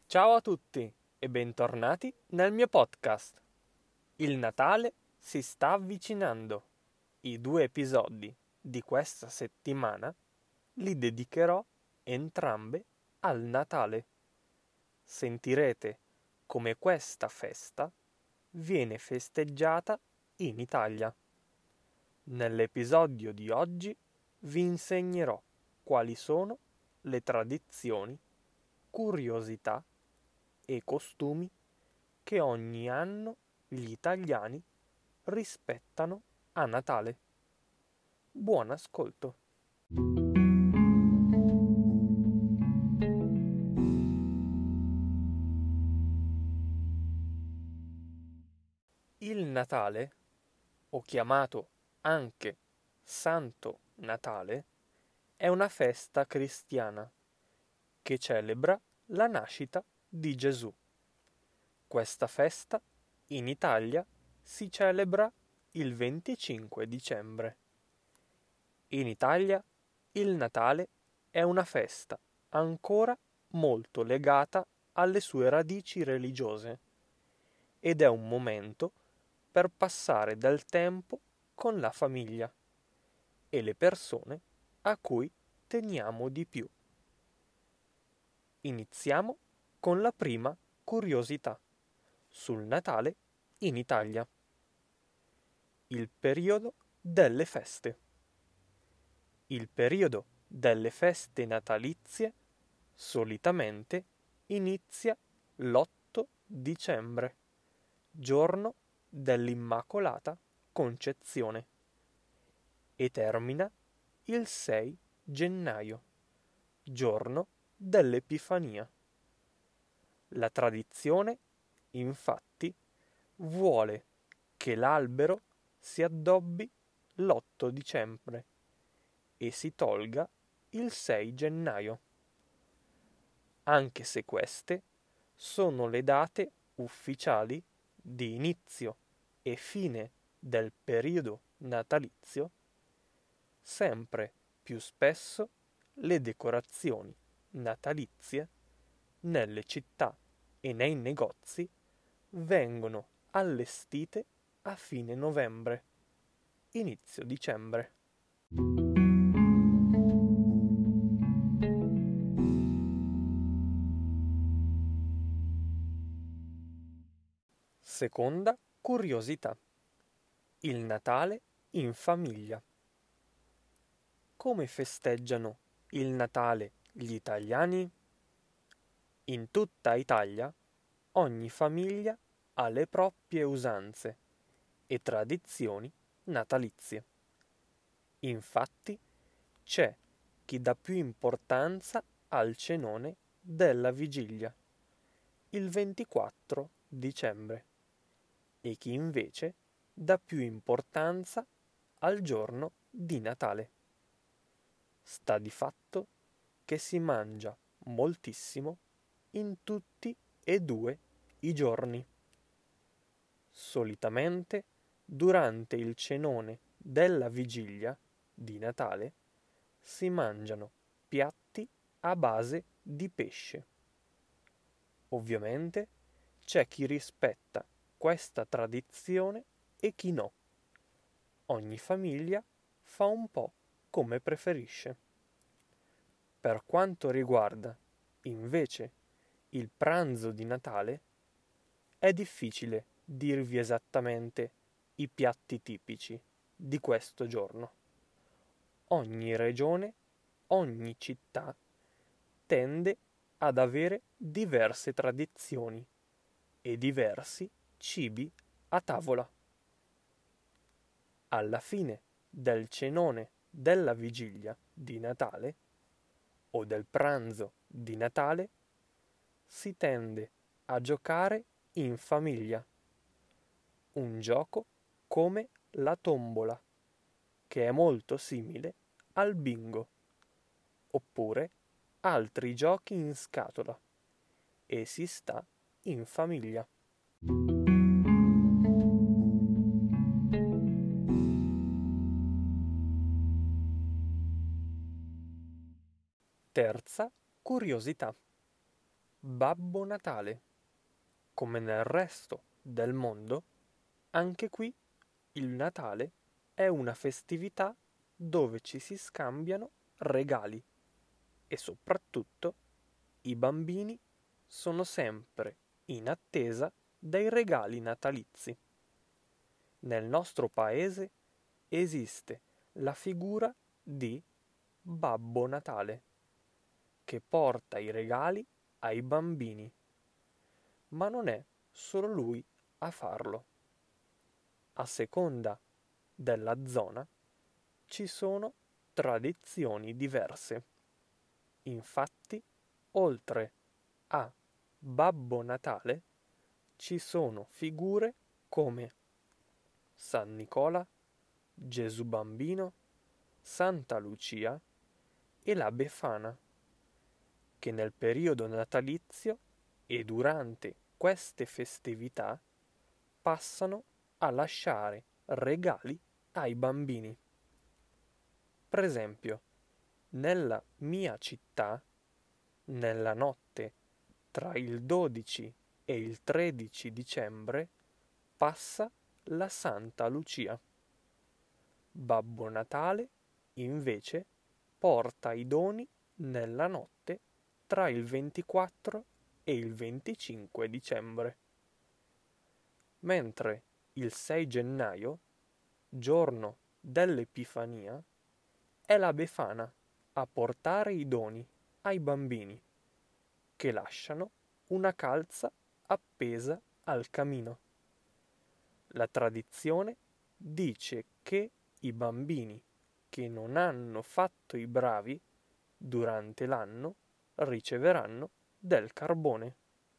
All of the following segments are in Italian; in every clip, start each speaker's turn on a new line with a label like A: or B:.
A: Ciao a tutti e bentornati nel mio podcast. Il Natale si sta avvicinando. I 2 episodi di questa settimana li dedicherò entrambe al Natale. Sentirete come questa festa viene festeggiata in Italia. Nell'episodio di oggi vi insegnerò quali sono le tradizioni, curiosità e costumi che ogni anno gli italiani rispettano a Natale. Buon ascolto! Il Natale, o chiamato anche Santo Natale, è una festa cristiana che celebra la nascita di Gesù. Questa festa in Italia si celebra il 25 dicembre. In Italia il Natale è una festa ancora molto legata alle sue radici religiose ed è un momento per passare del tempo con la famiglia e le persone a cui teniamo di più. Iniziamo con la prima curiosità sul Natale in Italia. Il periodo delle feste. Il periodo delle feste natalizie solitamente inizia l'8 dicembre, giorno dell'Immacolata Concezione, e termina il 6 gennaio, giorno dell'Epifania. La tradizione, infatti, vuole che l'albero si addobbi l'8 dicembre e si tolga il 6 gennaio, anche se queste sono le date ufficiali di inizio e fine del periodo natalizio. Sempre più spesso le decorazioni natalizie nelle città e nei negozi vengono allestite a fine novembre, inizio dicembre. Seconda curiosità. Il Natale in famiglia. Come festeggiano il Natale gli italiani? In tutta Italia ogni famiglia ha le proprie usanze e tradizioni natalizie. Infatti c'è chi dà più importanza al cenone della vigilia, il 24 dicembre, e chi invece dà più importanza al giorno di Natale. Sta di fatto che si mangia moltissimo in tutti e due i giorni. Solitamente, durante il cenone della vigilia di Natale, si mangiano piatti a base di pesce. Ovviamente c'è chi rispetta questa tradizione e chi no. Ogni famiglia fa un po' come preferisce. Per quanto riguarda, invece, il pranzo di Natale, è difficile dirvi esattamente i piatti tipici di questo giorno. Ogni regione, ogni città tende ad avere diverse tradizioni e diversi cibi a tavola. Alla fine del cenone della vigilia di Natale o del pranzo di Natale si tende a giocare in famiglia, un gioco come la tombola, che è molto simile al bingo, oppure altri giochi in scatola, e si sta in famiglia. Terza curiosità. Babbo Natale. Come nel resto del mondo, anche qui il Natale è una festività dove ci si scambiano regali e soprattutto i bambini sono sempre in attesa dei regali natalizi. Nel nostro paese esiste la figura di Babbo Natale che porta i regali ai bambini, ma non è solo lui a farlo. A seconda della zona ci sono tradizioni diverse. Infatti, oltre a Babbo Natale, ci sono figure come San Nicola, Gesù Bambino, Santa Lucia e la Befana, che nel periodo natalizio e durante queste festività passano a lasciare regali ai bambini. Per esempio, nella mia città, nella notte tra il 12 e il 13 dicembre, passa la Santa Lucia. Babbo Natale, invece, porta i doni nella notte tra il 24 e il 25 dicembre. Mentre il 6 gennaio, giorno dell'Epifania, è la Befana a portare i doni ai bambini, che lasciano una calza appesa al camino. La tradizione dice che i bambini che non hanno fatto i bravi durante l'anno riceveranno del carbone.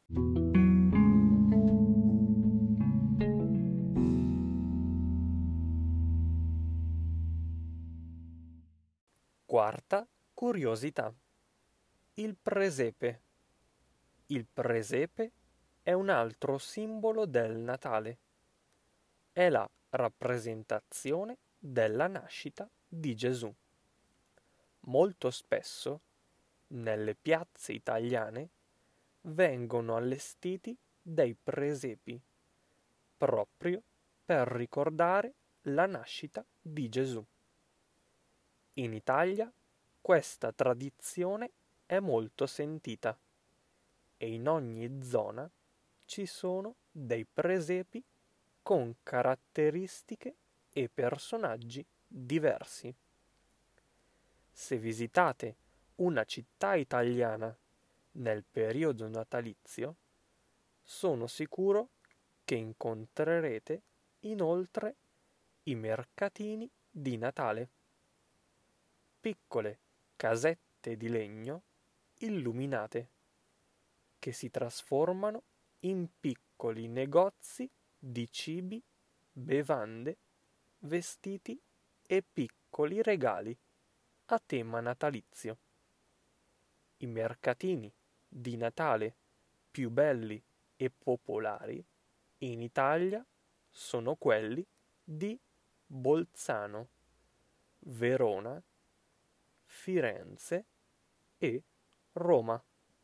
A: Quarta curiosità. Il presepe. Il presepe è un altro simbolo del Natale. È la rappresentazione della nascita di Gesù. Molto spesso, nelle piazze italiane, vengono allestiti dei presepi, proprio per ricordare la nascita di Gesù. In Italia questa tradizione è molto sentita e in ogni zona ci sono dei presepi con caratteristiche e personaggi diversi. Se visitate una città italiana nel periodo natalizio, sono sicuro che incontrerete inoltre i mercatini di Natale. Piccole casette di legno illuminate che si trasformano in piccoli negozi di cibi, bevande, vestiti e piccoli regali a tema natalizio. I mercatini di Natale più belli e popolari in Italia sono quelli di Bolzano, Verona, Firenze e Roma.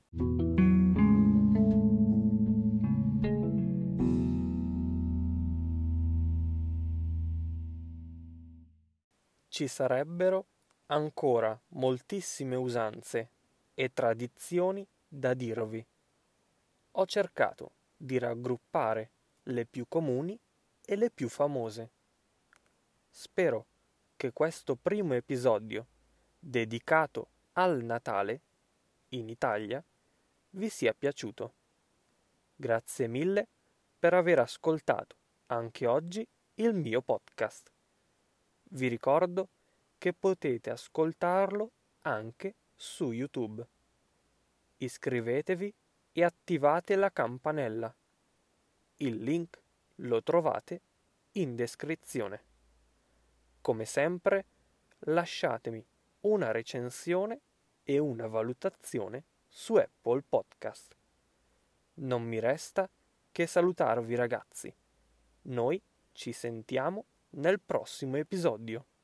A: Ci sarebbero ancora moltissime usanze e tradizioni da dirvi. Ho cercato di raggruppare le più comuni e le più famose. Spero che questo primo episodio dedicato al Natale in Italia vi sia piaciuto. Grazie mille per aver ascoltato anche oggi il mio podcast. Vi ricordo che potete ascoltarlo anche su YouTube. Iscrivetevi e attivate la campanella. Il link lo trovate in descrizione. Come sempre, lasciatemi una recensione e una valutazione su Apple Podcast. Non mi resta che salutarvi ragazzi. Noi ci sentiamo nel prossimo episodio.